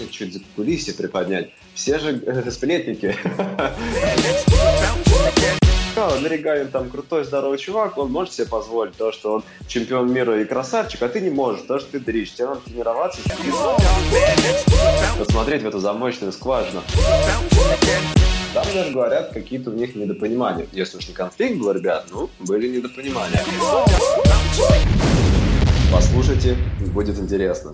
чуть за кулисье приподнять. Все же сплетники. Наригавин там крутой, здоровый чувак, он может себе позволить то, что он чемпион мира и красавчик, а ты не можешь, то, что ты дрищ. Тебе надо тренироваться, посмотреть в эту замочную скважину. Там даже говорят, какие-то у них недопонимания. Если уж не конфликт был, ребят, были недопонимания. Послушайте, будет интересно.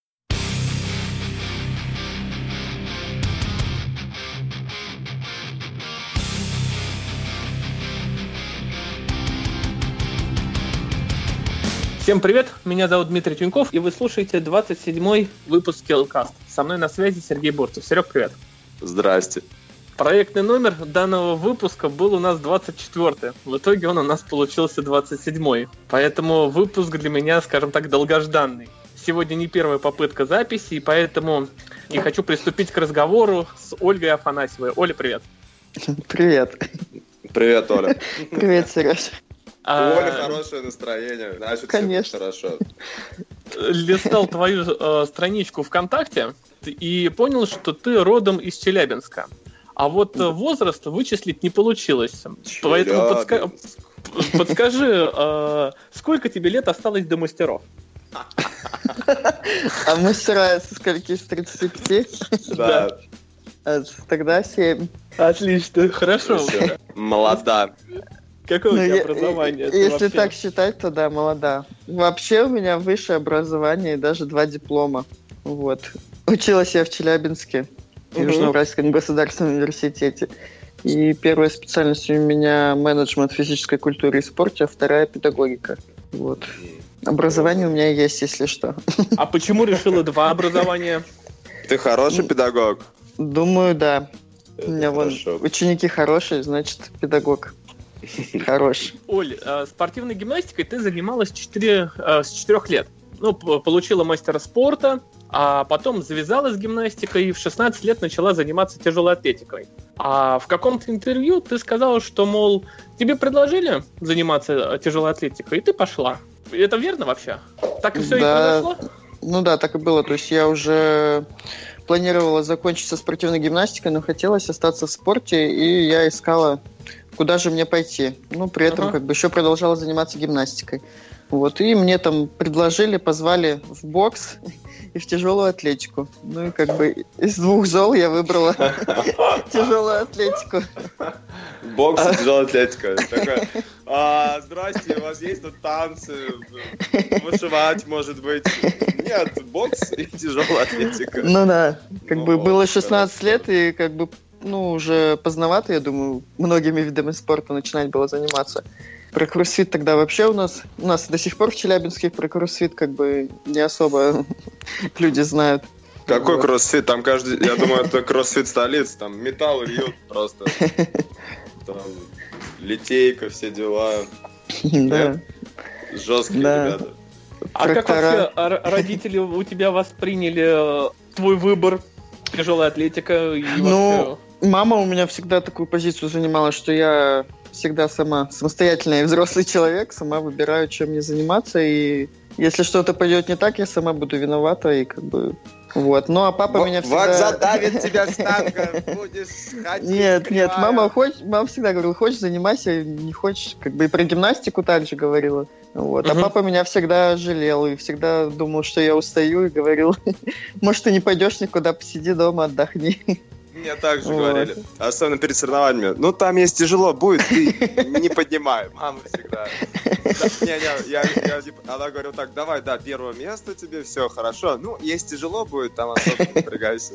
Всем привет, меня зовут Дмитрий Тюньков, и вы слушаете 27-й выпуск Skillcast. Со мной на связи Сергей Бурцев. Серег, привет. Здрасте. Проектный номер данного выпуска был у нас 24-й. В итоге он у нас получился 27-й. Поэтому выпуск для меня, скажем так, долгожданный. Сегодня не первая попытка записи, и поэтому я хочу приступить к разговору с Ольгой Афанасьевой. Оля, привет. Привет. Привет, Оля. Привет, Сереж. У Оли хорошее настроение, значит, конечно. Все хорошо. Листал твою страничку ВКонтакте и понял, что ты родом из Челябинска. А вот возраст вычислить не получилось. Поэтому подскажи, сколько тебе лет осталось до мастеров? А мастера со скольки? С 35? Да. Тогда 7. Отлично, хорошо. Молода. Какое у тебя образование? Если так считать, то да, молода. Вообще у меня высшее образование и даже 2 диплома. Вот. Училась я в Челябинске, в Южноуральском государственном университете. И первая специальность у меня менеджмент физической культуры и спорта, а вторая педагогика. Вот. Образование у меня есть, если что. А почему решила 2 образования? Ты хороший педагог? Думаю, да. У меня вон ученики хорошие, значит, педагог. Хорош. Оль, спортивной гимнастикой ты занималась с 4 лет. Получила мастера спорта, а потом завязалась с гимнастикой и в 16 лет начала заниматься тяжелой атлетикой. А в каком-то интервью ты сказала, что, мол, тебе предложили заниматься тяжелой атлетикой, и ты пошла. Это верно вообще? Так и все и произошло? Ну да, так и было. То есть я уже планировала закончить со спортивной гимнастикой, но хотелось остаться в спорте, и я искала, куда же мне пойти. При этом еще продолжала заниматься гимнастикой. Вот, и мне там предложили, позвали в бокс и в тяжелую атлетику. И из 2 зол я выбрала тяжелую атлетику. Бокс и тяжелая атлетика. Такая, здрасте, у вас есть тут танцы, вышивать, может быть? Нет, бокс и тяжелая атлетика. Было 16 лет, и уже поздновато, я думаю, многими видами спорта начинать было заниматься. Про кроссфит тогда вообще у нас до сих пор в Челябинске про кроссфит не особо люди знают. Какой кроссфит? Там я думаю, это кроссфит столицы, там металл льют просто. Там литейка, все дела. Да. Жесткие ребята. А как вообще родители у тебя восприняли твой выбор? Тяжелая атлетика и вообще... Мама у меня всегда такую позицию занимала, что я всегда сама самостоятельный взрослый человек, сама выбираю, чем мне заниматься, и если что-то пойдет не так, я сама буду виновата, и вот. Ну, а папа меня всегда... Вот задавит тебя штанга, будешь ходить. Нет, мама всегда говорила, хочешь, занимайся, не хочешь, и про гимнастику также говорила. Вот. А папа меня всегда жалел, и всегда думал, что я устаю, и говорил, может, ты не пойдешь никуда, посиди дома, отдохни. Мне так же говорили, особенно перед соревнованиями. Там есть тяжело будет, ты не поднимай. Мама всегда. Она говорила так, давай, первое место тебе, все хорошо. Есть тяжело будет, там особо не напрягайся.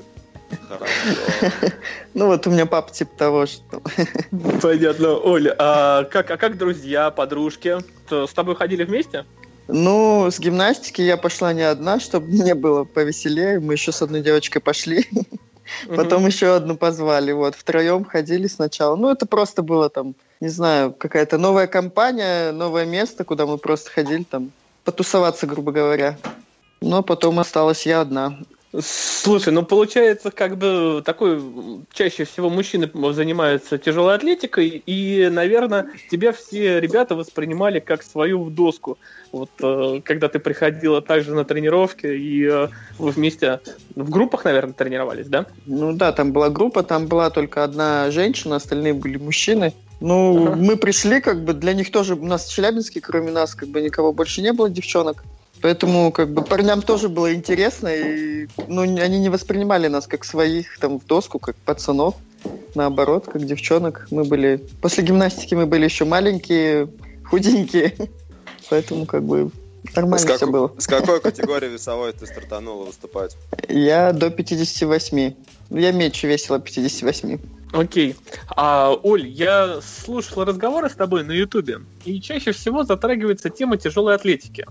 Хорошо. У меня папа типа того, что... Понятно. Оля, а как друзья, подружки? С тобой ходили вместе? С гимнастики я пошла не одна, чтобы мне было повеселее. Мы еще с одной девочкой пошли. Потом еще одну позвали. Вот, втроем ходили сначала. Это просто было не знаю, какая-то новая компания, новое место, куда мы просто ходили потусоваться, грубо говоря. Но потом осталась я одна. Слушай, ну получается, как бы такой, чаще всего мужчины занимаются тяжелой атлетикой, и, наверное, тебя все ребята воспринимали как свою в доску. Вот когда ты приходила также на тренировки, и вы вместе в группах, наверное, тренировались, да? Ну да, там была группа, там была только одна женщина, остальные были мужчины. Ну, мы пришли, как бы, для них тоже, у нас в Челябинске, кроме нас, как бы, никого больше не было, девчонок. Поэтому, как бы, парням тоже было интересно, и, ну, они не воспринимали нас как своих, там, в доску, как пацанов. Наоборот, как девчонок. Мы были... После гимнастики мы были еще маленькие, худенькие. Поэтому, как бы, нормально все было. С какой категории весовой ты стартанула выступать? Я до 58. Я меньше весила 58. Окей. Оль, я слушал разговоры с тобой на Ютубе, и чаще всего затрагивается тема тяжелой атлетики.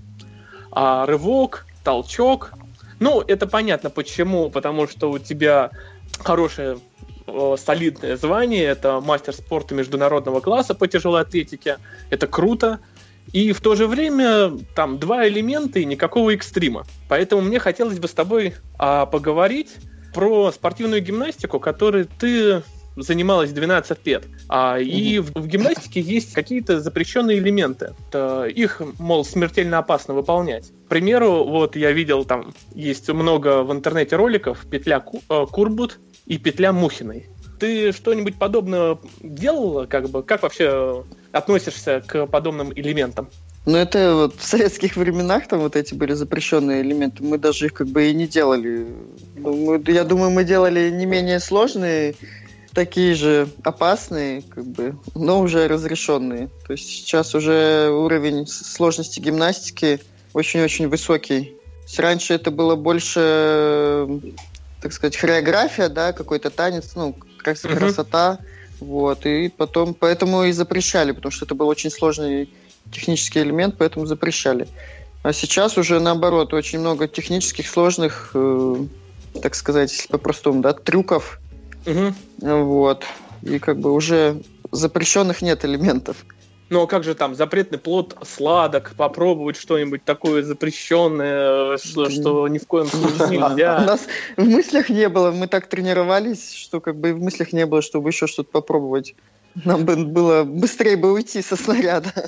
Рывок, толчок. Ну, это понятно почему, потому что у тебя хорошее солидное звание, это мастер спорта международного класса по тяжелой атлетике, это круто. И в то же время там 2 элемента и никакого экстрима. Поэтому мне хотелось бы с тобой поговорить про спортивную гимнастику, которой ты занималась 12 лет. И в гимнастике есть какие-то запрещенные элементы. Их, мол, смертельно опасно выполнять. К примеру, вот я видел, там есть много в интернете роликов, петля Курбут и петля Мухиной. Ты что-нибудь подобное делала? Как вообще относишься к подобным элементам? Ну, это вот в советских временах там вот эти были запрещенные элементы. Мы даже их как бы и не делали. Я думаю, мы делали не менее сложные, такие же опасные, как бы, но уже разрешенные. То есть сейчас уже уровень сложности гимнастики очень-очень высокий. Раньше это было больше, так сказать, хореография, да, какой-то танец, ну, красота. Вот, и потом, поэтому и запрещали, потому что это был очень сложный технический элемент, поэтому запрещали. А сейчас уже наоборот, очень много технических, сложных, так сказать, если по-простому, да, трюков. Вот. И как бы уже запрещенных нет элементов. Ну, а как же там запретный плод сладок, попробовать что-нибудь такое запрещенное, что ни в коем случае нельзя? У нас в мыслях не было, мы так тренировались, что как бы и в мыслях не было, чтобы еще что-то попробовать. Нам бы было быстрее бы уйти со снаряда.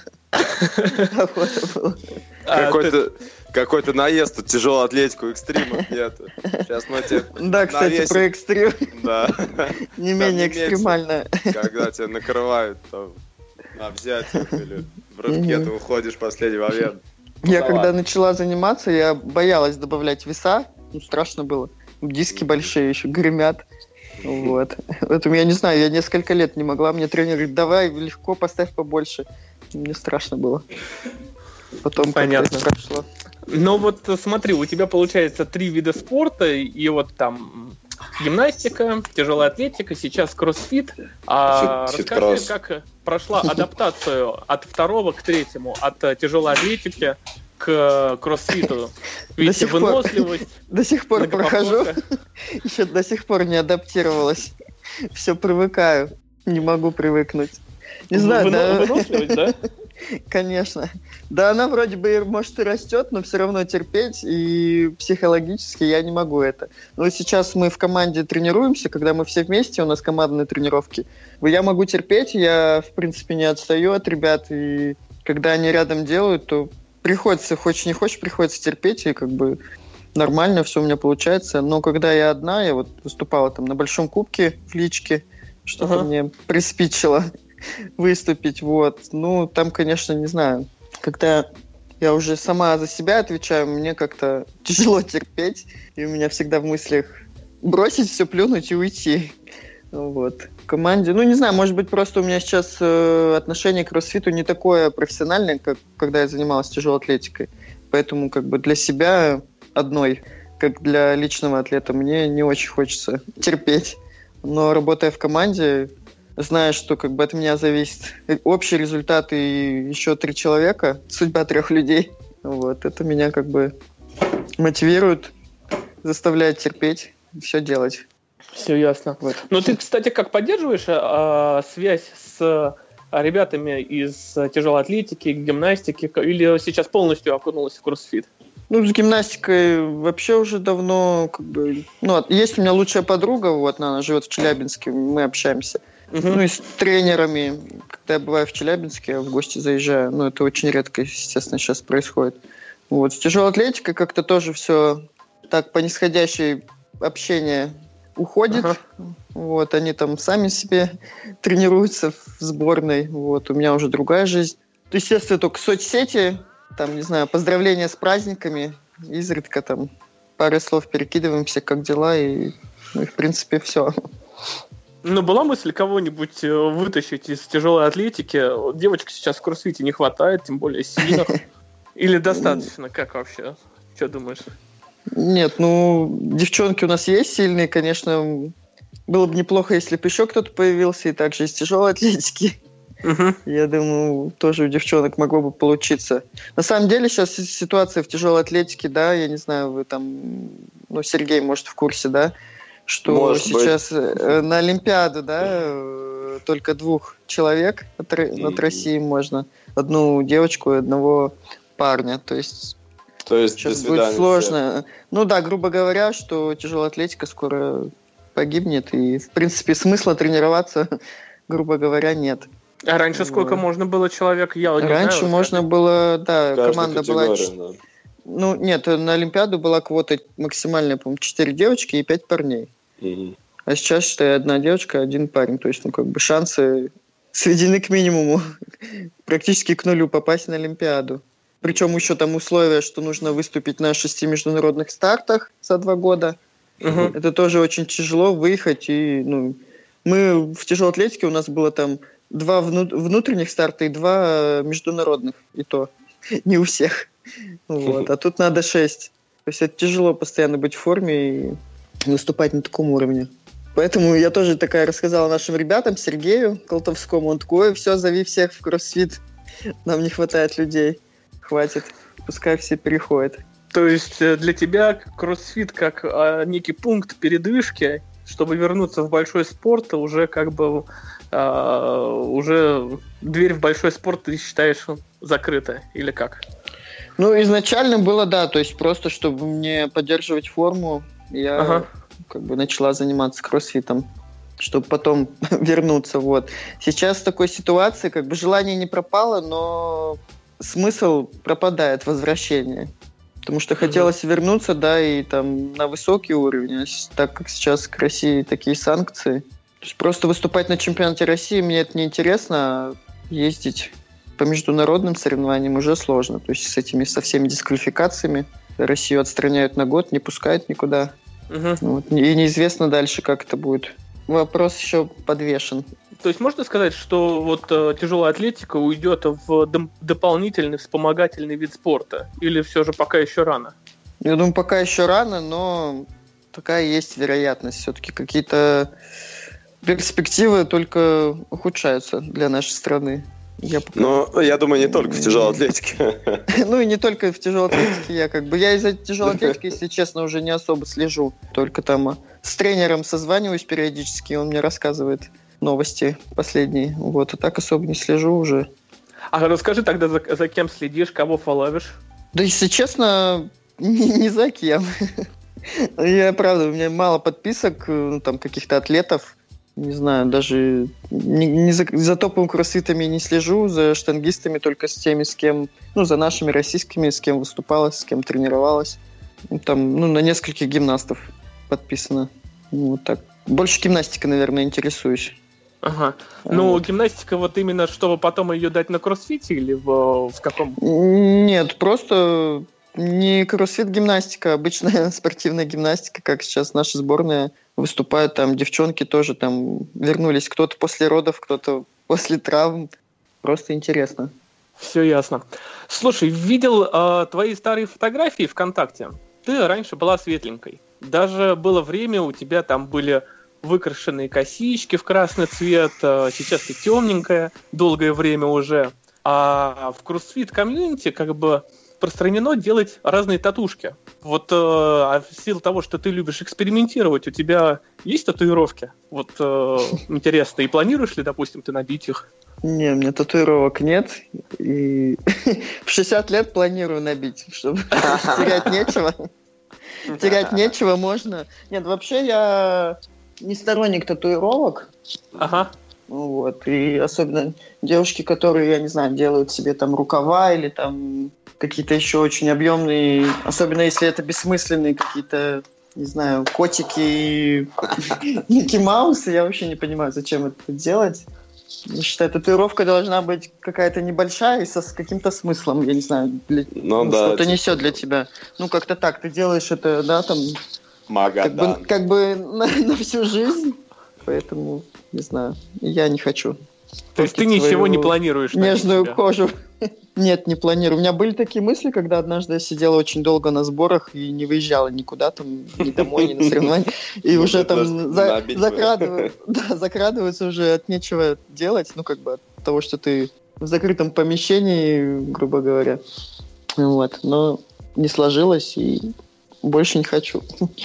Какой-то наезд, тут тяжелую атлетику, экстрима нет. Сейчас мы тебе Да, кстати, навесим. про экстрим. Да. Не менее экстремально. Когда тебя накрывают там на взятие или в рывке ты уходишь в последний момент. Я когда начала заниматься, я боялась добавлять веса. Ну, страшно было. Диски большие еще гремят. Вот. Поэтому я не знаю, я несколько лет не могла. Мне тренер говорит, давай, легко, поставь побольше. Мне страшно было. Потом понятно. Как-то прошло. Ну вот смотри, у тебя получается 3 вида спорта, и вот там гимнастика, тяжелая атлетика, сейчас кроссфит. Расскажи, как прошла адаптацию от 2 к 3, от тяжелой атлетики к кроссфиту. Видите, выносливость. До сих пор прохожу. Еще до сих пор не адаптировалась. Все привыкаю. Не могу привыкнуть. Не знаю, да. Выносливость, да? Конечно. Да, она вроде бы, может, и растет, но все равно терпеть, и психологически я не могу это. Но сейчас мы в команде тренируемся, когда мы все вместе, у нас командные тренировки. Я могу терпеть, я, в принципе, не отстаю от ребят, и когда они рядом делают, то приходится, хочешь не хочешь, приходится терпеть, и как бы нормально все у меня получается. Но когда я одна, я вот выступала там на Большом Кубке в Личке, что-то мне приспичило выступить, вот. Ну, там, конечно, не знаю, когда я уже сама за себя отвечаю, мне как-то тяжело терпеть, и у меня всегда в мыслях бросить все, плюнуть и уйти. Вот. В команде, ну, не знаю, может быть, просто у меня сейчас отношение к кроссфиту не такое профессиональное, как когда я занималась тяжелой атлетикой. Поэтому, как бы, для себя одной, как для личного атлета, мне не очень хочется терпеть. Но работая в команде, зная, что как бы от меня зависит общий результат и еще 3 человека, судьба 3 людей, вот, это меня как бы мотивирует, заставляет терпеть, все делать. Все ясно. Вот. Ну, ты, кстати, как поддерживаешь связь с ребятами из тяжелой атлетики, гимнастики, или сейчас полностью окунулась в кроссфит? Ну, с гимнастикой вообще уже давно, как бы... Ну, есть у меня лучшая подруга, вот, она живет в Челябинске, мы общаемся. Ну, и с тренерами, когда я бываю в Челябинске, я в гости заезжаю. Ну, это очень редко, естественно, сейчас происходит. Вот, с тяжелой атлетикой как-то тоже все так по нисходящей общение уходит. Вот, они там сами себе тренируются в сборной. Вот, у меня уже другая жизнь. Естественно, только соцсети, там, не знаю, поздравления с праздниками, изредка там пару слов перекидываемся, как дела, и, ну, и в принципе, все. Ну, была мысль кого-нибудь вытащить из тяжелой атлетики? Девочек сейчас в кроссфите не хватает, тем более сильных. Или достаточно? Как вообще? Что думаешь? Нет, ну, девчонки у нас есть сильные, конечно. Было бы неплохо, если бы еще кто-то появился, и также из тяжелой атлетики. Я думаю, тоже у девчонок могло бы получиться. На самом деле сейчас ситуация в тяжелой атлетике, да, я не знаю, вы там, ну, Сергей, может, в курсе, да, что может сейчас на Олимпиаду, да, только 2 человек от России можно. Одну девочку и одного парня. То есть сейчас будет сложно. Всех. Ну да, грубо говоря, что тяжелая атлетика скоро погибнет, и, в принципе, смысла тренироваться, грубо говоря, нет. А раньше сколько можно было человек? Раньше можно было, да, команда была... Да. Ну, нет, на Олимпиаду была квота максимальная, по-моему, 4 девочки и 5 парней. А сейчас, считай, 1 девочка, 1 парень. То есть, ну, как бы шансы сведены к минимуму. Практически к нулю попасть на Олимпиаду. Причем еще там условия, что нужно выступить на 6 международных стартах за 2 года. Это тоже очень тяжело выехать. И, ну, мы в тяжелой атлетике, у нас было там 2 внутренних старта и 2 международных. И то не у всех. Вот. А тут надо 6. То есть это тяжело постоянно быть в форме и выступать на таком уровне. Поэтому я тоже такая рассказала нашим ребятам, Сергею Колтовскому. Он такой: все, зови всех в кроссфит. Нам не хватает людей. Хватит. Пускай все переходят. То есть для тебя кроссфит как некий пункт передышки, чтобы вернуться в большой спорт, уже как бы уже дверь в большой спорт ты считаешь закрыта, или как? Ну, изначально было, да, то есть просто, чтобы мне поддерживать форму, я как бы начала заниматься кроссфитом, чтобы потом вернуться, вот. Сейчас в такой ситуации, как бы желание не пропало, но смысл пропадает, возвращение. Потому что хотелось вернуться, да, и там на высокий уровень, а так как сейчас к России такие санкции. То есть просто выступать на чемпионате России мне это не интересно, а ездить по международным соревнованиям уже сложно. То есть со всеми дисквалификациями Россию отстраняют на год, не пускают никуда. Вот. И неизвестно дальше, как это будет. Вопрос еще подвешен. То есть можно сказать, что вот тяжелая атлетика уйдет в дополнительный вспомогательный вид спорта? Или все же пока еще рано? Я думаю, пока еще рано, но такая есть вероятность. Все-таки какие-то перспективы только ухудшаются для нашей страны. Но я думаю, не только в тяжелой атлетике. Ну и не только в тяжелой атлетике. Я из-за тяжелой атлетики, если честно, уже не особо слежу. Только там с тренером созваниваюсь периодически, он мне рассказывает новости последние. Вот, а так особо не слежу уже. А расскажи тогда, за кем следишь, кого фоловишь? Да, если честно, не за кем. Я, правда, у меня мало подписок, ну, там, каких-то атлетов. Не знаю, даже за топовыми кроссфитами не слежу, за штангистами только с теми, с кем, ну, за нашими российскими, с кем выступала, с кем тренировалась. Там, ну, на нескольких гимнастов подписано. Вот так. Больше гимнастикой, наверное, интересуюсь. Ага. Ну, вот. Гимнастика вот именно, чтобы потом ее дать на кроссфите или в каком? Нет, просто не кроссфит-гимнастика, а обычная спортивная гимнастика, как сейчас наша сборная выступает, там девчонки тоже там вернулись, кто-то после родов, кто-то после травм. Просто интересно. Все ясно. Слушай, видел твои старые фотографии ВКонтакте. Ты раньше была светленькой. Даже было время, у тебя там были выкрашенные косички в красный цвет, сейчас ты темненькая, долгое время уже. А в кроссфит-комьюнити как бы распространено делать разные татушки. Вот в силу того, что ты любишь экспериментировать, у тебя есть татуировки? Вот интересно, и планируешь ли, допустим, ты набить их? Не, у меня татуировок нет. И в 60 лет планирую набить, чтобы терять нечего. Терять нечего можно. Нет, вообще я не сторонник татуировок. Ага. Вот. И особенно девушки, которые, я не знаю, делают себе там рукава или там какие-то еще очень объемные, особенно если это бессмысленные какие-то, не знаю, котики и Микки Маусы, я вообще не понимаю, зачем это делать. Я считаю, татуировка должна быть какая-то небольшая и с каким-то смыслом, я не знаю, что-то несет для тебя. Ну, как-то так, ты делаешь это, да, там, как бы на всю жизнь, поэтому, не знаю, я не хочу. То есть ты ничего не планируешь? Нежную кожу. Нет, не планирую. У меня были такие мысли, когда однажды я сидела очень долго на сборах и не выезжала никуда, там, ни домой, ни на соревнования. И уже там закрадываются уже от нечего делать, ну, как бы от того, что ты в закрытом помещении, грубо говоря. Вот. Но не сложилось, и больше не хочу.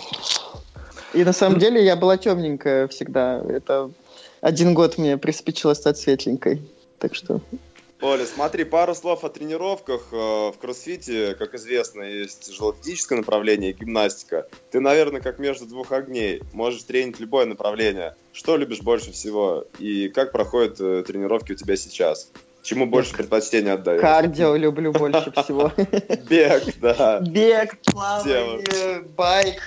И на самом деле я была темненькая всегда. Это 1 год мне приспичило стать светленькой. Так что... Оля, смотри, пару слов о тренировках. В кроссфите, как известно, есть тяжелоатлетическое направление и гимнастика. Ты, наверное, как между 2 огней. Можешь тренить любое направление. Что любишь больше всего? И как проходят тренировки у тебя сейчас? Чему больше предпочтения отдаешь? Кардио люблю больше всего. Бег, да. Бег, плавание, байк.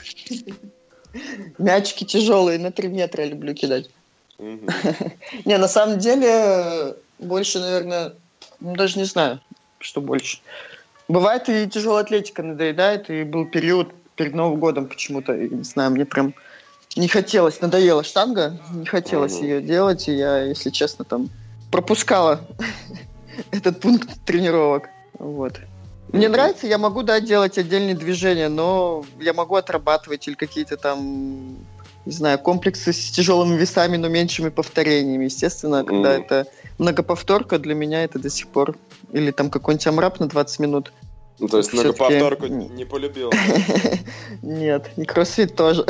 Мячики тяжелые на 3 метра люблю кидать. Не, на самом деле, больше, наверное, даже не знаю, что больше. Бывает, и тяжелая атлетика надоедает, и был период перед Новым годом почему-то, не знаю, мне прям не хотелось, надоела штанга, не хотелось ее делать, и я, если честно, там пропускала этот пункт тренировок. Вот. Мне нравится, я могу, да, делать отдельные движения, но я могу отрабатывать или какие-то там, не знаю, комплексы с тяжелыми весами, но меньшими повторениями. Естественно, когда это многоповторка, для меня это до сих пор. Или там какой-нибудь амрап на 20 минут. Ну, то есть многоповторку не полюбил? Нет, и кроссфит тоже.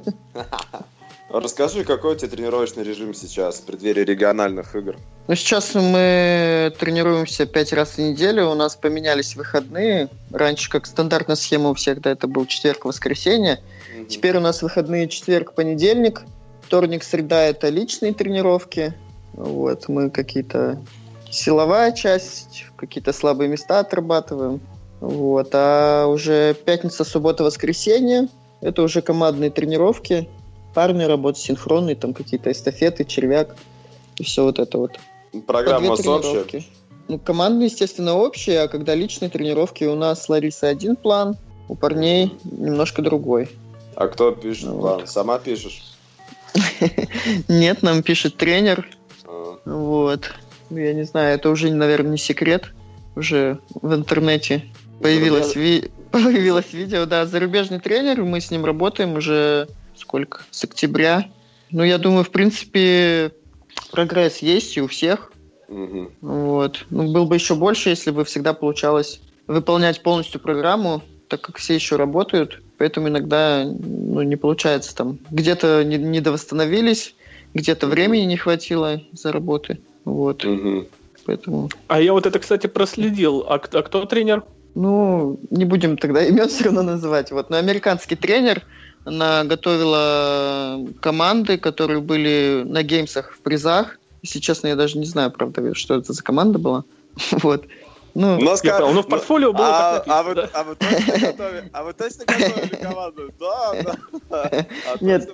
Расскажи, какой у тебя тренировочный режим сейчас в преддверии региональных игр? Ну, сейчас мы тренируемся 5 раз в неделю. У нас поменялись выходные. Раньше, как стандартная схема у всех, да, это был четверг-воскресенье. Теперь у нас выходные четверг-понедельник. Вторник, среда – это личные тренировки. Вот, мы какие-то силовая часть, какие-то слабые места отрабатываем. Вот, а уже пятница, суббота, воскресенье – это уже командные тренировки. Парные работы, синхронные, там какие-то эстафеты, червяк и все вот это вот. Программа у вас общая? Ну, командные, естественно, общие, а когда личные тренировки, у нас с Ларисой один план, у парней немножко другой. А кто пишет план? Сама пишешь? Нет, нам пишет тренер. Вот. Я не знаю, это уже, наверное, не секрет. Уже в интернете появилось видео. Да, зарубежный тренер, мы с ним работаем уже... Сколько? С октября. Ну, я думаю, в принципе, прогресс есть и у всех. Вот. Ну, был бы еще больше, если бы всегда получалось выполнять полностью программу, так как все еще работают. Поэтому иногда не получается там. Где-то недовосстановились, где-то времени не хватило за работы. Вот. Поэтому... А я вот это, кстати, проследил. А кто тренер? Ну, не будем тогда имен все равно называть. Вот. Но американский тренер... Она готовила команды, которые были на геймсах в призах. Если честно, я даже не знаю, правда, что это за команда была. Вот. Ну, в портфолио было так написано. А вы точно готовили команду? Да. Нет,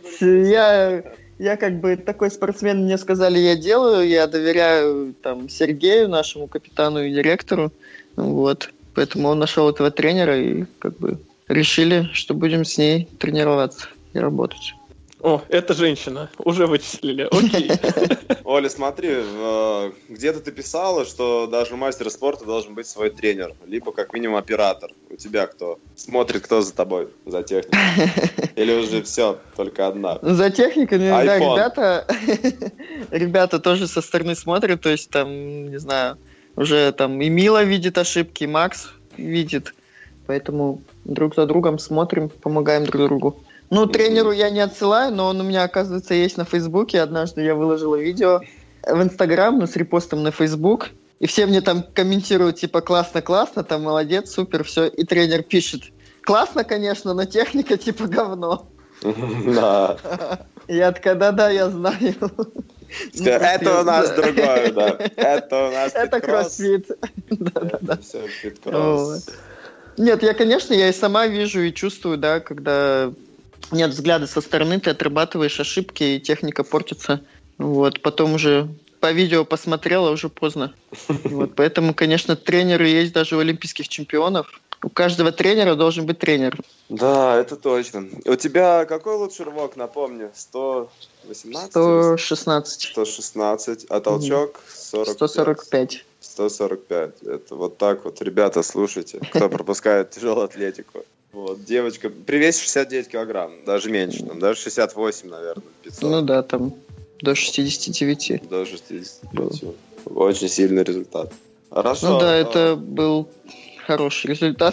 я как бы такой спортсмен, мне сказали, я делаю, я доверяю там Сергею, нашему капитану и директору. Вот. Поэтому он нашел этого тренера и как бы... Решили, что будем с ней тренироваться и работать. О, это женщина. Уже вычислили. Окей. Оля, смотри, где-то ты писала, что даже у мастера спорта должен быть свой тренер, либо как минимум оператор. У тебя кто? Смотрит, кто за тобой, за техникой? Или уже все, только одна? За техникой, да, ребята тоже со стороны смотрят, то есть там, не знаю, уже там и Мила видит ошибки, и Макс видит. Поэтому друг за другом смотрим, помогаем друг другу. Ну, тренеру я не отсылаю, но он у меня, оказывается, есть на Фейсбуке. Однажды я выложила видео, в Инстаграм, но с репостом на Фейсбук. И все мне там комментируют, типа, классно, там, молодец, супер, все. И тренер пишет, классно, конечно, но техника, типа, говно. Да. Я такая, да, я знаю. Это у нас другое, да. Это у нас это кроссфит. Да. Все фит-кросс. Нет, я и сама вижу и чувствую, да, когда нет взгляда со стороны, ты отрабатываешь ошибки, и техника портится. Вот, потом уже по видео посмотрела, уже поздно. Вот, поэтому, конечно, тренеры есть даже у олимпийских чемпионов. У каждого тренера должен быть тренер. Да, это точно. У тебя какой лучший рывок, напомню? 118? 116. 116, а толчок 145. 145. Это вот так вот, ребята, слушайте, кто пропускает тяжелую атлетику. Вот, девочка, при весе 69 килограмм, даже меньше, там, даже 68, наверное, 500. Ну да, там до 69. До 65. Очень сильный результат. Хорошо. Ну да, это был хороший результат.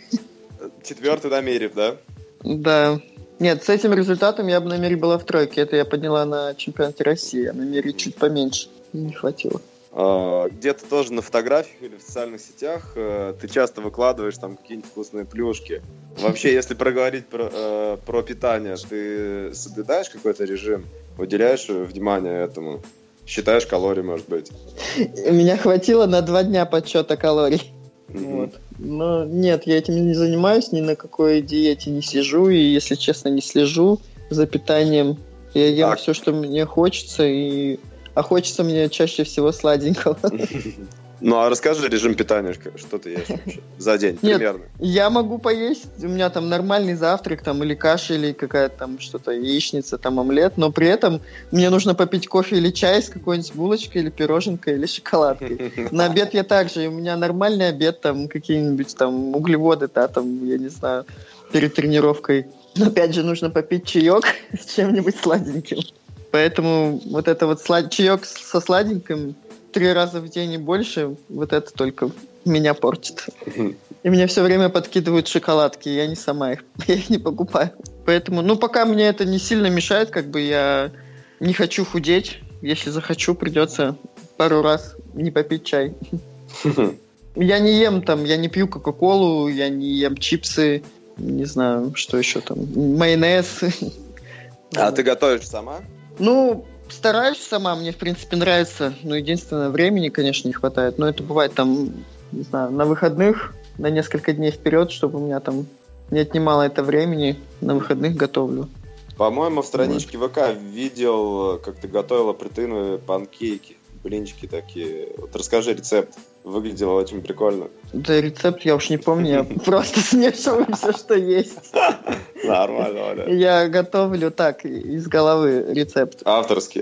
4-й на мире, да? Да. Нет, с этим результатом я бы на мире была в тройке. Это я подняла на чемпионате России, а на мире чуть поменьше. Не хватило. Где-то тоже на фотографиях или в социальных сетях ты часто выкладываешь там какие-нибудь вкусные плюшки. Вообще, если проговорить про питание, ты соблюдаешь какой-то режим? Уделяешь внимание этому? Считаешь калории, может быть? Меня хватило на 2 дня подсчета калорий. Вот. Но нет, я этим не занимаюсь, ни на какой диете не сижу, и, если честно, не слежу за питанием. Я ем все, что мне хочется, а хочется мне чаще всего сладенького. Ну, а расскажи режим питания, что ты ешь вообще за день, примерно. Я могу поесть, у меня там нормальный завтрак, там, или каша, или какая-то там что-то, яичница, там, омлет, но при этом мне нужно попить кофе или чай с какой-нибудь булочкой, или пироженкой, или шоколадкой. На обед я также, у меня нормальный обед, там, какие-нибудь там углеводы, да, там, я не знаю, перед тренировкой. Но опять же, нужно попить чаек с чем-нибудь сладеньким. Поэтому вот это вот чаек со сладеньким 3 раза в день и больше, вот это только меня портит. И мне все время подкидывают шоколадки, я не сама их, я их не покупаю. Поэтому, пока мне это не сильно мешает, как бы я не хочу худеть. Если захочу, придется пару раз не попить чай. Я не ем там, я не пью кока-колу, я не ем чипсы, не знаю, что еще там, майонез. А ты готовишь сама? Стараюсь сама, мне, в принципе, нравится. Единственное, времени, конечно, не хватает. Но это бывает там, не знаю, на выходных, на несколько дней вперед, чтобы у меня там не отнимало это времени. На выходных готовлю. По-моему, в страничке ВК видел, как ты готовила протеиновые панкейки, блинчики такие. Вот расскажи рецепт. Выглядело очень прикольно. Да, рецепт я уж не помню, я просто смешиваю все, что есть. Нормально, Оля. Я готовлю так, из головы рецепт. Авторский.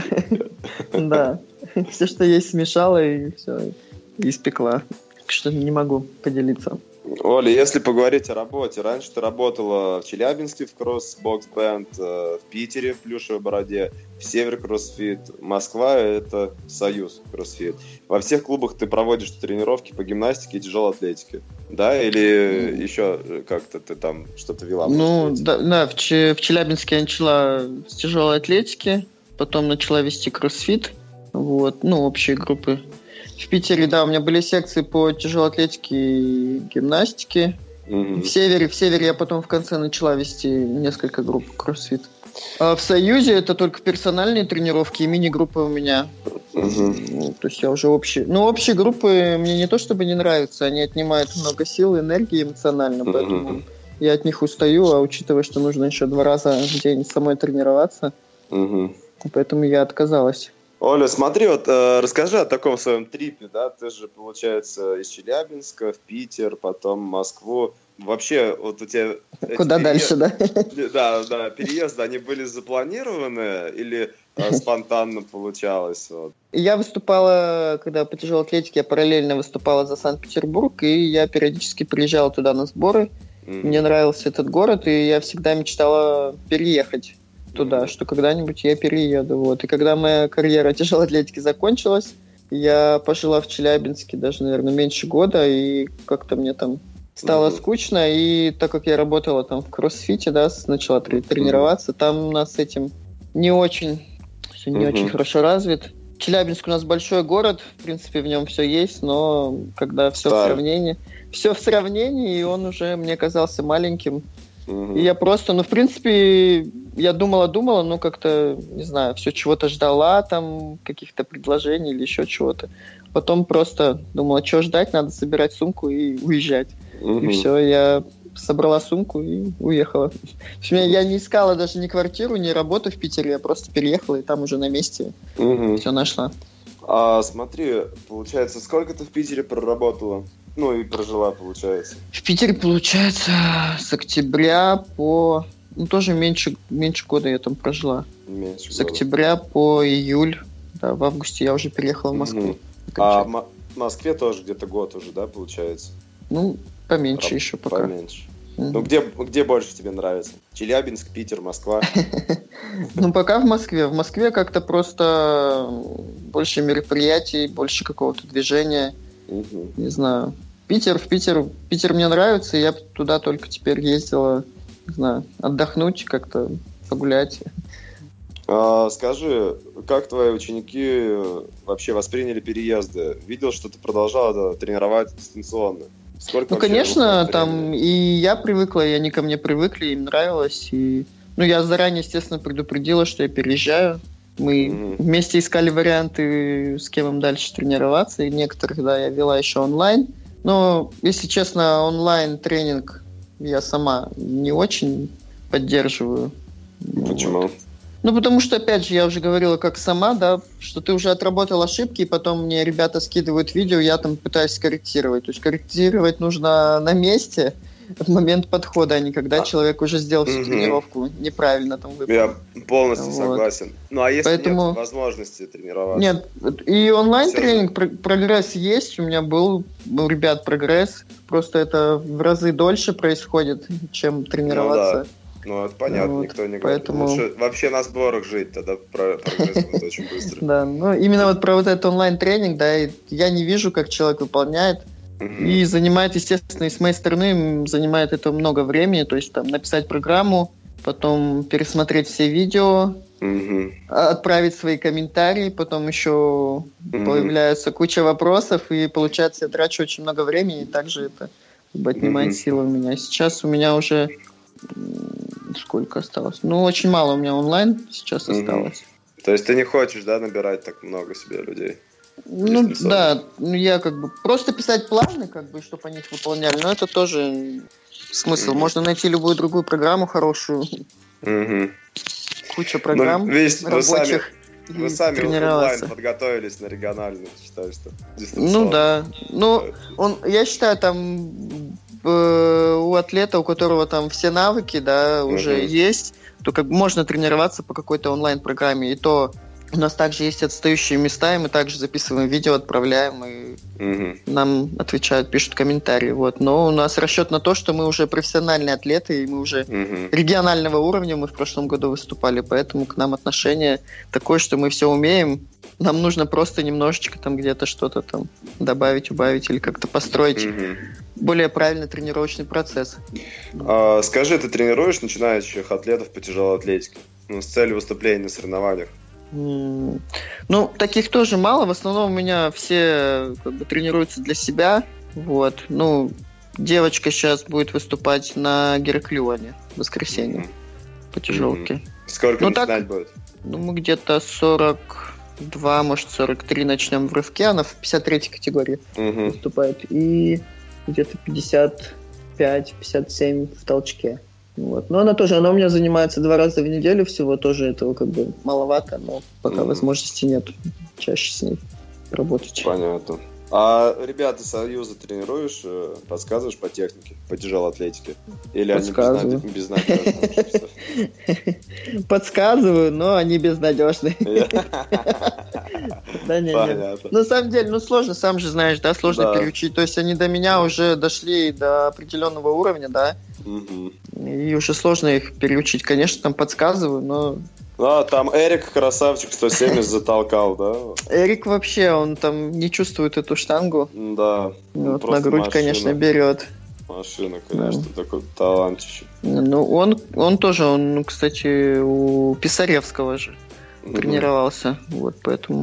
Да. Все, что есть, смешала и все, испекла. Так что не могу поделиться. Оля, если поговорить о работе, раньше ты работала в Челябинске в кросс-бокс-бенд, в Питере в Плюшевой Бороде, в Север кроссфит, Москва — это Союз кроссфит. Во всех клубах ты проводишь тренировки по гимнастике и тяжелой атлетике, да? Или еще как-то ты там что-то вела? Да, в Челябинске я начала с тяжелой атлетики, потом начала вести кроссфит, общие группы. В Питере, да, у меня были секции по тяжелой атлетике и гимнастике. В Севере я потом в конце начала вести несколько групп кроссфит. А в Союзе это только персональные тренировки и мини-группы у меня. То есть я уже общие... общие группы мне не то чтобы не нравятся, они отнимают много сил и энергии эмоционально, поэтому я от них устаю, а учитывая, что нужно еще 2 раза в день самой тренироваться, поэтому я отказалась. Оля, смотри, расскажи о таком своем трипе, да, ты же, получается, из Челябинска в Питер, потом в Москву. Вообще, вот у тебя... Куда дальше, да? Да, переезды, они были запланированы или спонтанно получалось? Я выступала, когда по тяжелой атлетике, я параллельно выступала за Санкт-Петербург, и я периодически приезжала туда на сборы. Мне нравился этот город, и я всегда мечтала переехать туда, что когда-нибудь я перееду. И когда моя карьера тяжелой атлетики закончилась, я пожила в Челябинске даже, наверное, меньше года, и как-то мне там стало скучно, и так как я работала там в кроссфите, да, начала тренироваться, там у нас с этим не очень хорошо развит. Челябинск у нас большой город, в принципе, в нем все есть, но когда все в сравнении, и он уже мне казался маленьким. И я просто, в принципе, я думала, но как-то, не знаю, все чего-то ждала, там, каких-то предложений или еще чего-то. Потом просто думала, что ждать, надо собирать сумку и уезжать. И все, я собрала сумку и уехала. В общем, я не искала даже ни квартиру, ни работу в Питере, я просто переехала и там уже на месте все нашла. А смотри, получается, сколько ты в Питере проработала? Ну и прожила, получается. В Питере, получается, с октября по... тоже меньше года я там прожила. С октября по июль. Да, в августе я уже переехала в Москву. А в Москве тоже где-то год уже, да, получается? Поменьше еще пока. Поменьше. Где больше тебе нравится? Челябинск, Питер, Москва? Пока в Москве. В Москве как-то просто больше мероприятий, больше какого-то движения. Не знаю. Питер мне нравится, и я туда только теперь ездила, не знаю, отдохнуть, как-то погулять. Скажи, как твои ученики вообще восприняли переезды? Видел, что ты продолжала тренировать дистанционно. Сколько конечно, там и я привыкла, и они ко мне привыкли, им нравилось. И, я заранее, естественно, предупредила, что я переезжаю. Мы вместе искали варианты, с кем им дальше тренироваться. И некоторых, да, я вела еще онлайн. Но, если честно, онлайн-тренинг я сама не очень поддерживаю. Почему? Потому что, опять же, я уже говорила как сама, да, что ты уже отработал ошибки, и потом мне ребята скидывают видео, я там пытаюсь корректировать. То есть корректировать нужно на месте в момент подхода, а не когда человек уже сделал всю тренировку неправильно там выполнил. Я полностью согласен. А если нет возможности тренироваться? Нет, и онлайн-тренинг, прогресс есть, у меня был у ребят прогресс, просто это в разы дольше происходит, чем тренироваться. Это понятно, никто не говорит. Лучше вообще на сборах жить, тогда прогресс будет очень быстро. Да, именно про этот онлайн-тренинг, да, я не вижу, как человек выполняет. И занимает, естественно, и с моей стороны занимает это много времени, то есть там написать программу, потом пересмотреть все видео, отправить свои комментарии, потом еще появляется куча вопросов, и получается, я трачу очень много времени, и также это отнимает силы у меня. Сейчас у меня уже сколько осталось? Очень мало у меня онлайн сейчас осталось. То есть ты не хочешь, да, набирать так много себе людей? Да, я просто писать планы, чтобы они их выполняли, но это тоже смысл. Можно найти любую другую программу хорошую. Куча программ рабочих. Вы сами онлайн подготовились на региональную, считаю, что дистанционно. Я считаю, там у атлета, у которого там все навыки, да, уже есть, то можно тренироваться по какой-то онлайн-программе. И то у нас также есть отстающие места, и мы также записываем видео, отправляем, и нам отвечают, пишут комментарии. Но у нас расчет на то, что мы уже профессиональные атлеты, и мы уже регионального уровня, мы в прошлом году выступали, поэтому к нам отношение такое, что мы все умеем. Нам нужно просто немножечко там где-то что-то там добавить, убавить или как-то построить более правильный тренировочный процесс. Скажи, ты тренируешь начинающих атлетов по тяжелой атлетике? С целью выступления на соревнованиях? Таких тоже мало. В основном у меня все тренируются для себя. Девочка сейчас будет выступать на Гераклионе в воскресенье по тяжелке. Сколько начинать будет? Мы где-то 42, может 43 начнем в рывке. Она в 53-й категории выступает. И где-то 55-57 в толчке. Но она у меня занимается 2 раза в неделю всего, тоже этого маловато, но пока возможности нет чаще с ней работать. Понятно. А ребята Союза тренируешь, подсказываешь по технике, по тяжелой атлетике? Или они безнадежные? Подсказываю, но они безнадежные. Да нет. На самом деле, сложно, сам же знаешь, да, сложно переучить. То есть они до меня уже дошли до определенного уровня, да, и уже сложно их переучить. Конечно, там подсказываю, но... Там Эрик красавчик 170 затолкал, да? Эрик вообще, он там не чувствует эту штангу. Да. На грудь, машина. Конечно, берет. Машина, конечно, такой талантище. Он тоже, кстати, у Писаревского же тренировался, поэтому...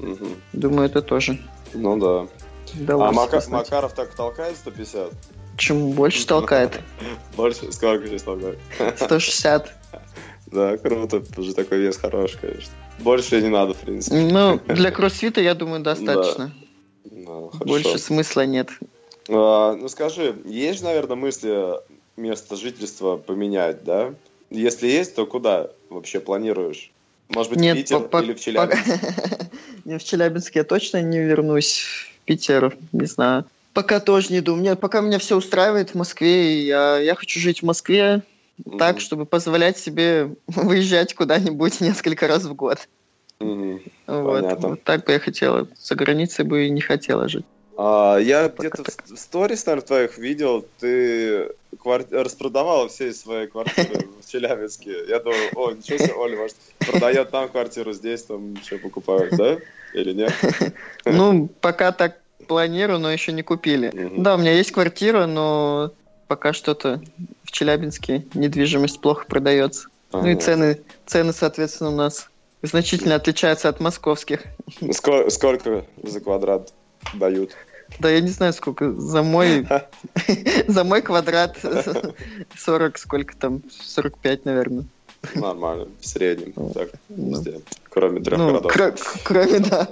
Думаю, это тоже. Ну да. А Макаров так толкает 150? Чем больше толкает? Больше? Сколько сейчас толкает? 160. Да, круто. Уже такой вес хороший, конечно. Больше не надо, в принципе. Ну, для кроссфита, я думаю, достаточно. Да, больше смысла нет. Ну скажи, есть, наверное, мысли место жительства поменять, да? Если есть, то куда вообще планируешь? Может быть, в Питер или в Челябинск? Не, в Челябинск я точно не вернусь. В Питер, не знаю. Пока тоже не думаю. Пока меня все устраивает в Москве. Я хочу жить в Москве так, чтобы позволять себе выезжать куда-нибудь несколько раз в год. Вот так бы я хотела. За границей бы и не хотела жить. Я где-то в сторис, наверное, твоих видел, ты распродавала все свои квартиры в Челябинске. Я думаю, ничего себе, Оля, может, продает там квартиру, здесь там что покупают, да? Или нет? Ну, пока так планирую, но еще не купили. Да, у меня есть квартира, но пока что-то в Челябинске недвижимость плохо продается. Ну и цены, соответственно, у нас значительно отличаются от московских. Сколько за квадрат дают? Да я не знаю, сколько. За мой квадрат 40, сколько там, 45, наверное. Нормально, в среднем. Так, везде. Кроме 3 городов. Кроме, да.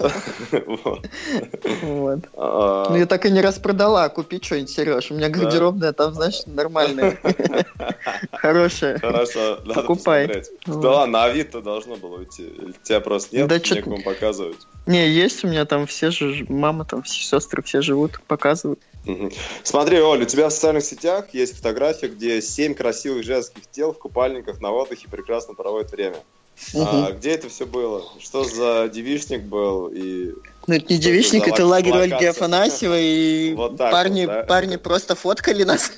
Вот. Ну, я так и не распродала. Купи что-нибудь, Сереж. У меня гардеробная там, знаешь, нормальная. Хорошая. Хорошо, надо покупай. Посмотреть. Да ладно, на Авито должно было уйти. Тебя просто нет, некому показывать. Не, есть у меня там все же, мама там, все сестры все живут, показывают. Смотри, Оль, у тебя в социальных сетях есть фотография, где 7 красивых женских тел в купальниках на отдыхе прекрасно проводят время. Где это все было? Что за девичник был? Ну, это не девичник, это лагерь Ольги Афанасьевой, и вот парни просто фоткали нас.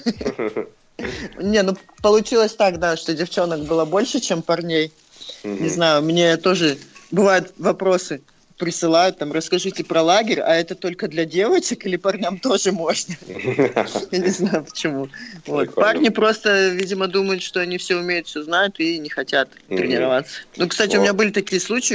Не, ну получилось так, да, что девчонок было больше, чем парней. Не знаю, мне тоже бывают вопросы. Присылают, там, расскажите про лагерь, а это только для девочек или парням тоже можно? Я не знаю почему. Парни просто, видимо, думают, что они все умеют, все знают и не хотят тренироваться. Ну, кстати, у меня были такие случаи,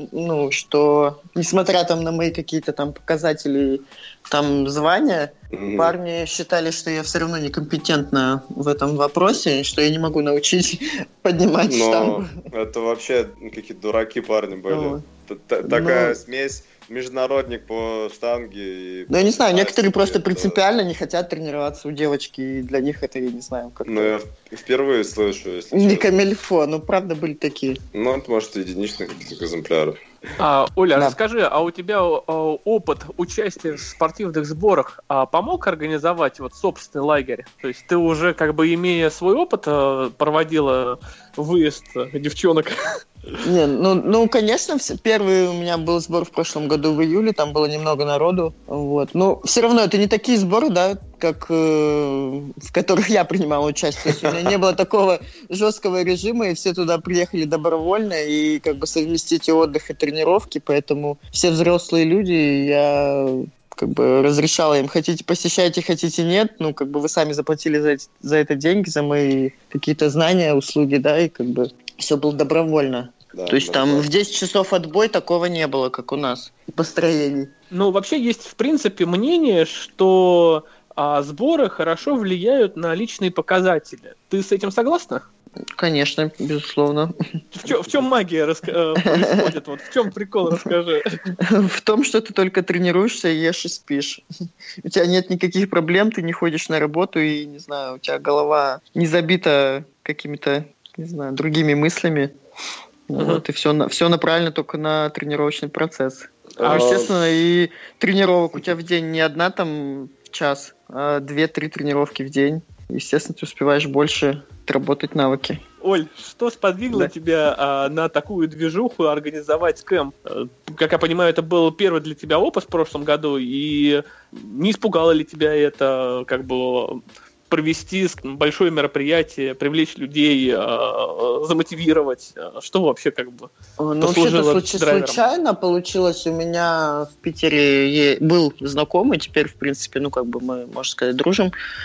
что, несмотря там на мои какие-то там показатели, там, звания, парни считали, что я все равно некомпетентна в этом вопросе, что я не могу научить поднимать штангу. Это вообще какие-то дураки парни были. Такая смесь международник по штанге. Ну, я не знаю, некоторые просто принципиально не хотят тренироваться у девочки, и для них это, я не знаю, как-то... Ну, я впервые слышу, если не камильфо, правда были такие. Ну, это, может, единичных экземпляров. Оля, расскажи, а у тебя опыт участия в спортивных сборах помог организовать вот собственный лагерь? То есть ты уже, как бы, имея свой опыт, проводила выезд девчонок? Не, ну, конечно, первый у меня был сбор в прошлом году в июле, там было немного народу, вот. Но все равно это не такие сборы, да, как в которых я принимала участие. У меня не было такого жесткого режима, и все туда приехали добровольно, и как бы совместить и отдых, и тренировки, поэтому все взрослые люди, я как бы разрешала им, хотите посещайте, хотите нет, ну как бы вы сами заплатили за это деньги, за мои какие-то знания, услуги, да, и как бы все было добровольно. Да, то есть там в 10 часов отбой, такого не было, как у нас, построений. Ну, вообще есть, в принципе, мнение, что сборы хорошо влияют на личные показатели. Ты с этим согласна? Конечно, безусловно. В чем магия происходит? Вот в чем прикол, расскажи. В том, что ты только тренируешься, ешь и спишь. У тебя нет никаких проблем, ты не ходишь на работу, и, не знаю, у тебя голова не забита какими-то, не знаю, другими мыслями. Вот, и все направлено только на тренировочный процесс. Естественно, и тренировок у тебя в день не одна там в час, а 2-3 тренировки в день. Естественно, ты успеваешь больше отработать навыки. Оль, что сподвигло тебя на такую движуху организовать кэмп? Как я понимаю, это был первый для тебя опыт в прошлом году, и не испугало ли тебя это, как бы, провести большое мероприятие, привлечь людей, замотивировать? Что вообще как бы послужило драйвером? Случайно получилось. У меня в Питере был знакомый, теперь, в принципе, ну как бы мы, можно сказать, дружим.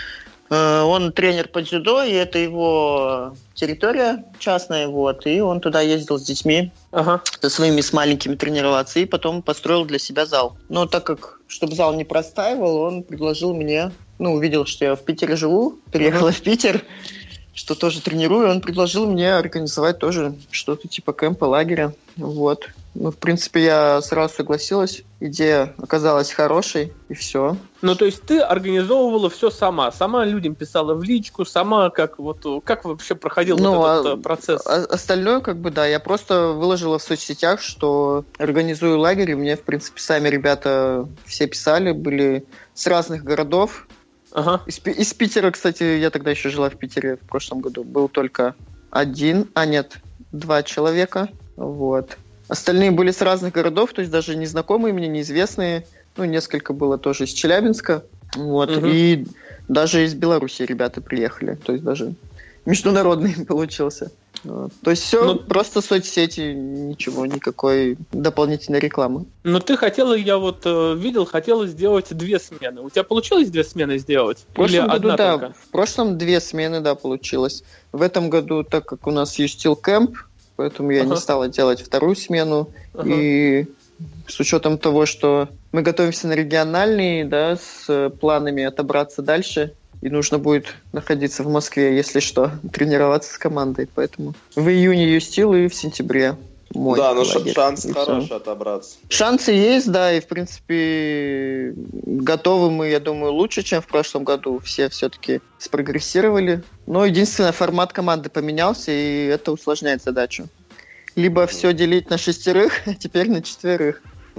Он тренер по дзюдо, и это его территория частная, вот, и он туда ездил с детьми, со своими с маленькими тренироваться, и потом построил для себя зал. Но так как, чтобы зал не простаивал, он предложил мне, увидел, что я в Питере живу, переехала в Питер, что тоже тренирую, он предложил мне организовать тоже что-то типа кемпа, лагеря, вот. В принципе, я сразу согласилась. Идея оказалась хорошей, и все. То есть ты организовывала все сама? Сама людям писала в личку, сама как вообще проходил этот процесс? Остальное, да, я просто выложила в соцсетях, что организую лагерь, и мне, в принципе, сами ребята все писали, были с разных городов. Из Питера, кстати, я тогда еще жила в Питере в прошлом году, был только два человека, вот. Остальные были с разных городов, то есть даже незнакомые мне, неизвестные. Несколько было тоже из Челябинска. Вот. И даже из Беларуси ребята приехали. То есть даже международный получился. Вот. То есть все просто соцсети, ничего, никакой дополнительной рекламы. Но ты хотела, я видел, хотела сделать 2 смены. У тебя получилось 2 смены сделать? В прошлом году, одна да. Только? В прошлом 2 смены, да, получилось. В этом году, так как у нас Юстил Кэмп, поэтому я не стала делать 2-ю смену. И с учетом того, что мы готовимся на региональный, да, с планами отобраться дальше, и нужно будет находиться в Москве, если что, тренироваться с командой. Поэтому в июне Юстил и в сентябре мой лагерь. Шанс хороший отобраться. Шансы есть, да, и в принципе готовы мы, я думаю, лучше, чем в прошлом году. Все все-таки спрогрессировали. Но единственное, формат команды поменялся, и это усложняет задачу. Либо все делить на 6, а теперь на 4.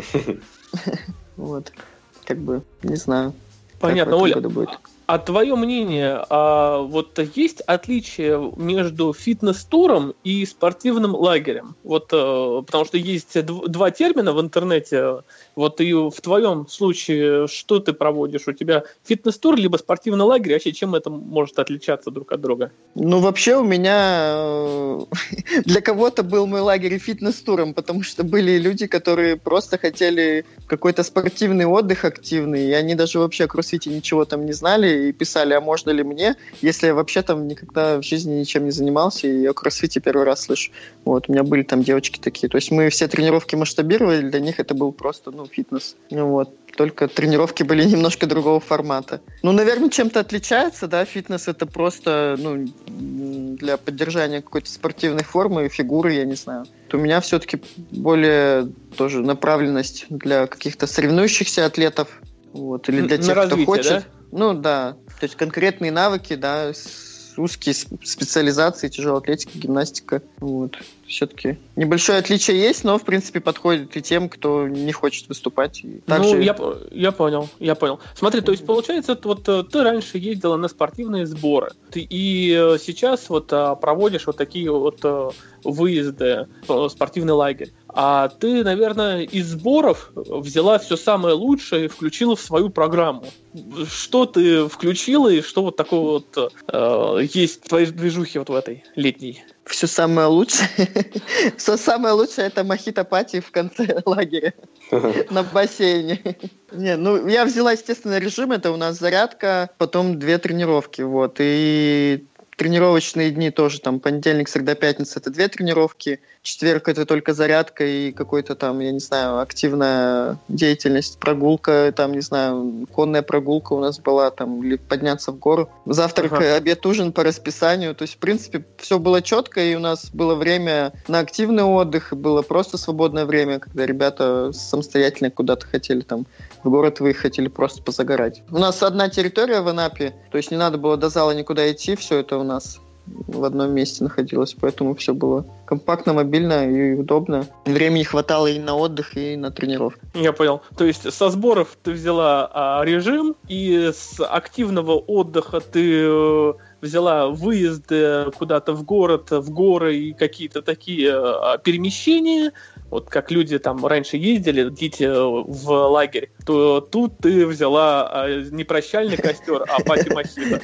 Вот. Не знаю. Понятно, Оля. А твое мнение, есть отличие между фитнес-туром и спортивным лагерем? Потому что есть 2 термина в интернете. И в твоем случае, что ты проводишь? У тебя фитнес-тур либо спортивный лагерь? Вообще, чем это может отличаться друг от друга? Вообще у меня для кого-то был мой лагерь и фитнес-туром, потому что были люди, которые просто хотели какой-то спортивный отдых активный, и они даже вообще о кроссфите ничего там не знали, и писали, а можно ли мне, если я вообще там никогда в жизни ничем не занимался, и о кроссфите первый раз слышу. Вот, у меня были там девочки такие. То есть мы все тренировки масштабировали, для них это был просто, фитнес. Только тренировки были немножко другого формата. Наверное, чем-то отличается, да, фитнес это просто, для поддержания какой-то спортивной формы, фигуры, я не знаю. У меня все-таки более тоже направленность для каких-то соревнующихся атлетов, или для тех, кто хочет. Да? Да. То есть конкретные навыки, да, узкие специализации, тяжелая атлетика, гимнастика. Все-таки небольшое отличие есть, но, в принципе, подходит и тем, кто не хочет выступать. Я понял. Смотри, то есть, получается, ты раньше ездила на спортивные сборы, и сейчас проводишь такие выезды в спортивный лагерь. А ты, наверное, из сборов взяла все самое лучшее и включила в свою программу. Что ты включила и что такого есть в твоей движухе в этой летней? Все самое лучшее. Все самое лучшее — это мохито-пати в конце лагеря на бассейне. Я взяла, естественно, режим. Это у нас зарядка, потом 2 тренировки. И тренировочные дни тоже, понедельник, среда, пятница — это 2 тренировки, четверг — это только зарядка и какой-то активная деятельность, прогулка, конная прогулка у нас была, или подняться в гору. Завтрак, обед, ужин по расписанию. То есть, в принципе, все было четко, и у нас было время на активный отдых, и было просто свободное время, когда ребята самостоятельно куда-то хотели в город выехать или просто позагорать. У нас одна территория в Анапе, то есть не надо было до зала никуда идти, все это у нас в одном месте находилось, поэтому все было компактно, мобильно и удобно. Времени хватало и на отдых, и на тренировку. Я понял. То есть со сборов ты взяла режим, и с активного отдыха ты взяла выезды куда-то в город, в горы и какие-то такие перемещения, как люди раньше ездили, дети в лагерь, то тут ты взяла не прощальный костер, а пати-мохито.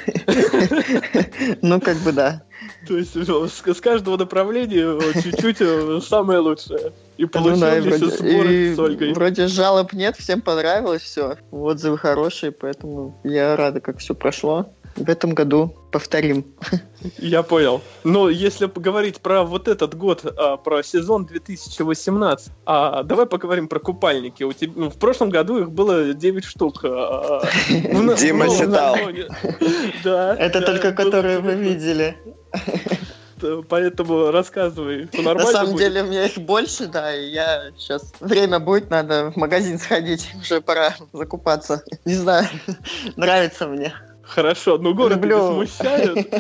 Да. То есть с каждого направления чуть-чуть самое лучшее. И получил здесь сборы с Ольгой. Вроде жалоб нет, всем понравилось все. Отзывы хорошие, поэтому я рада, как все прошло. в этом году повторим. Я понял. Но если говорить про вот этот год, про сезон 2018, давай поговорим про купальники. В прошлом году их было 9 штук. Дима считал. Это только которые вы видели. Поэтому рассказывай. На самом деле у меня их больше, да, и я сейчас... Время будет, надо в магазин сходить, уже пора закупаться. Не знаю, нравится мне. Хорошо, но город не смущает?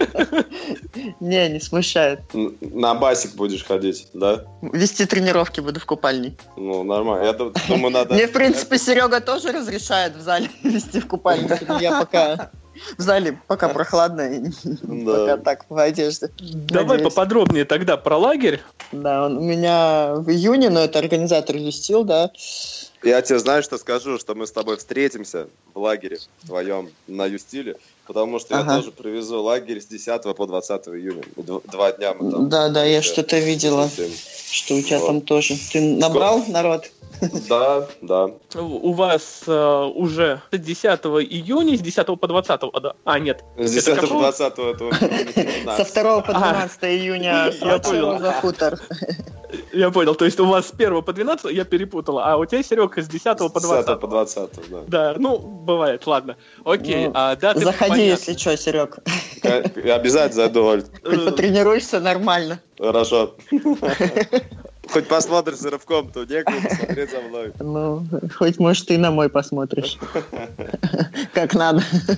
Не смущает. На басик будешь ходить, да? Вести тренировки буду в купальне. Ну, нормально. Я думаю, надо... Мне, в принципе, Серега тоже разрешает в зале вести в купальнике, но я пока... В зале пока прохладно, пока так в одежде. Давай поподробнее тогда про лагерь. Да, он у меня в июне, но это организатор вестил, да. Я тебе, знаешь, что скажу, что мы с тобой встретимся в лагере твоем на Юстиле, потому что я тоже привезу лагерь с 10 по 20 июня. 2 дня мы там. Да, я что-то видела, что у тебя там тоже. Ты набрал народ? Да. У вас уже с 10 июня, с 10 по 20, да? Нет. С 10 по 20 это со 2 по 12 июня за хутор. Я понял, то есть у вас с 1 по 12, я перепутала, а у тебя, Серега, с 10 по 20. С 10 по 20, да. Да, бывает, ладно. Окей, заходи, если что, Серег. Я обязательно зайду, Оль. Хоть потренируешься нормально. Хорошо. Хоть посмотришь за рывком, то некуда посмотреть за мной. Ну, хоть, может, ты на мой посмотришь. Как надо.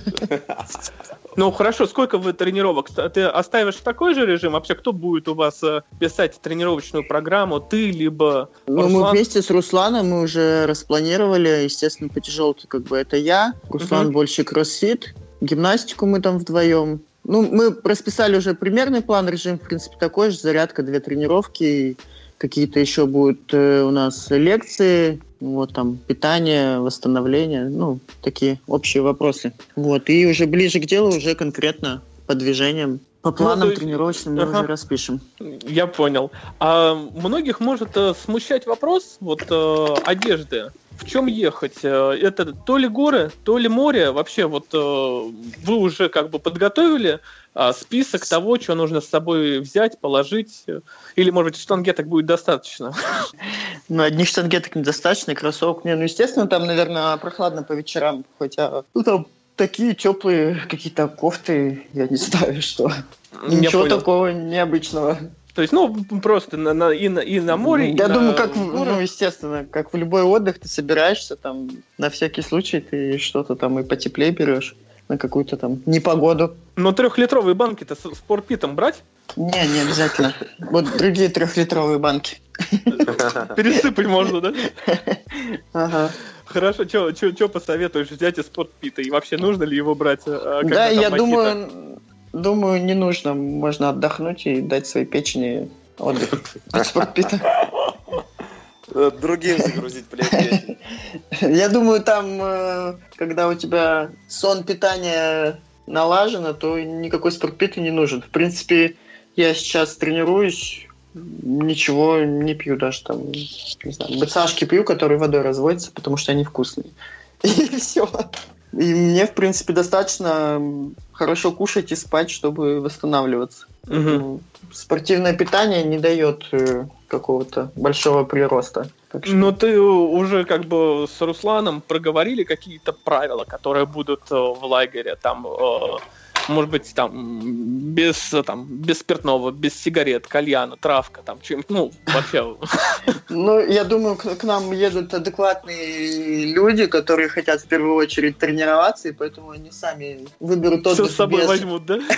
Ну, хорошо, сколько вы тренировок? Ты оставишь такой же режим? Вообще, кто будет у вас писать тренировочную программу? Ты, либо Руслан? Мы вместе с Русланом мы уже распланировали. Естественно, по тяжелке как бы это я. Руслан больше кроссфит. Гимнастику мы там вдвоем. Мы расписали уже примерный план, режим, в принципе, такой же. Зарядка, 2 тренировки. Какие-то еще будут у нас лекции, там питание, восстановление, такие общие вопросы. И уже ближе к делу, уже конкретно по движениям, по планам тренировочным мы уже распишем. Я понял. А многих может смущать вопрос одежды. В чем ехать? Это то ли горы, то ли море? Вообще, вы уже как бы подготовили список того, что нужно с собой взять, положить? Или, может быть, штангеток будет достаточно? Одних штангеток недостаточно, кроссовок. Естественно, там, наверное, прохладно по вечерам. Хотя, там такие теплые какие-то кофты, я не знаю, что. Ничего такого необычного. То есть, просто и на море, я думаю, естественно, как в любой отдых, ты собираешься, там, на всякий случай ты что-то там и потеплее берешь, на какую-то там непогоду. Но 3-литровые банки-то с спортпитом брать? Не обязательно. Другие 3-литровые банки. Пересыпать можно, да? Ага. Хорошо, что посоветуешь взять из спортпита? И вообще, нужно ли его брать? Да, я думаю, не нужно. Можно отдохнуть и дать своей печени отдых от спортпита. Другим загрузить печень. Я думаю, там, когда у тебя сон, питание налажено, то никакой спортпит и не нужен. В принципе, я сейчас тренируюсь, ничего не пью даже там, не знаю, БЦАшки пью, которые водой разводятся, потому что они вкусные. И все. И мне, в принципе, достаточно хорошо кушать и спать, чтобы восстанавливаться. Спортивное питание не дает какого-то большого прироста. Но ты уже как бы с Русланом проговорили какие-то правила, которые будут в лагере, там, может быть, там, без спиртного, без сигарет, кальяна, травка, там, чем-нибудь, вообще. Я думаю, к нам едут адекватные люди, которые хотят в первую очередь тренироваться, и поэтому они сами выберут отдых. Все с собой возьмут, да?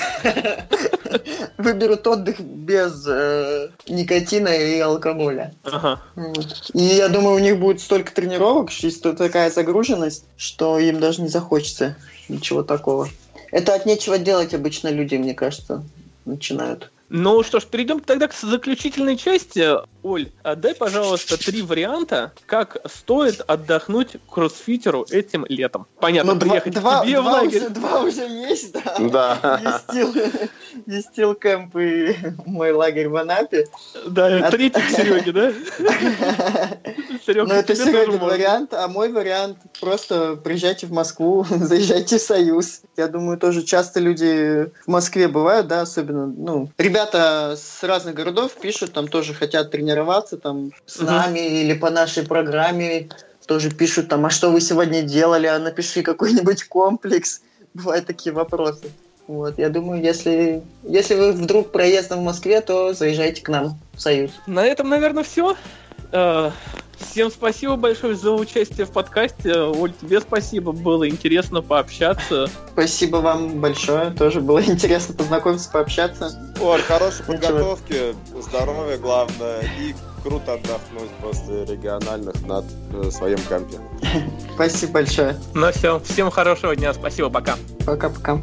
Выберут отдых без никотина и алкоголя. Ага. И я думаю, у них будет столько тренировок, что такая загруженность, что им даже не захочется ничего такого. Это от нечего делать обычно люди, мне кажется, начинают Ну что ж, перейдем тогда к заключительной части. Оль, дай, пожалуйста, 3 варианта, как стоит отдохнуть кроссфитеру этим летом. Понятно, приехать к тебе в лагерь. Два уже есть, да. Да. Естил кэмп и мой лагерь в Анапе. Да, третий к Сереге, да? Ну, это Серегин вариант, а мой вариант просто приезжайте в Москву, заезжайте в Союз. Я думаю, тоже часто люди в Москве бывают, да, особенно, ну, ребята с разных городов пишут, там тоже хотят тренироваться, там, с нами или по нашей программе, тоже пишут, там, а что вы сегодня делали, а напиши какой-нибудь комплекс. Бывают такие вопросы. Вот, я думаю, если вы вдруг проездом в Москве, то заезжайте к нам в Союз. На этом, наверное, все. Всем спасибо большое за участие в подкасте. Оль, тебе спасибо, было интересно пообщаться. Спасибо вам большое, тоже было интересно познакомиться, пообщаться. Оль, хорошей подготовки, здоровья главное и круто отдохнуть после региональных на своем кампе. Спасибо большое. Ну все, всем хорошего дня, спасибо, пока. Пока-пока.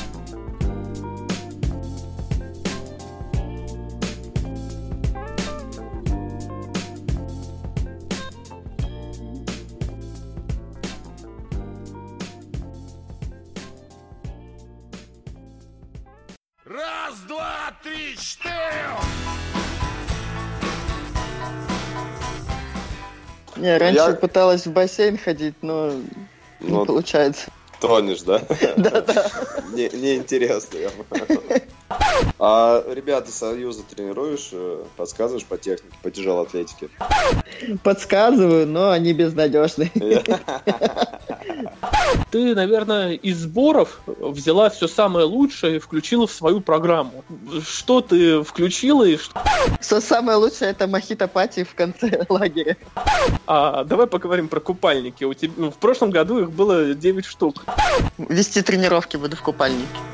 Раз, два, три, четыре! Не, раньше пыталась в бассейн ходить, но не получается. Тонешь, да? Да-да. Неинтересно, я понял. А ребята Союза тренируешь, подсказываешь по технике, по тяжелой атлетике? Подсказываю, но они безнадежные. Ты, наверное, из сборов взяла все самое лучшее и включила в свою программу. Что ты включила и что? Все самое лучшее — это мохито-пати в конце лагеря. Давай поговорим про купальники. У тебя, в прошлом году их было 9 штук. Вести тренировки буду в купальнике.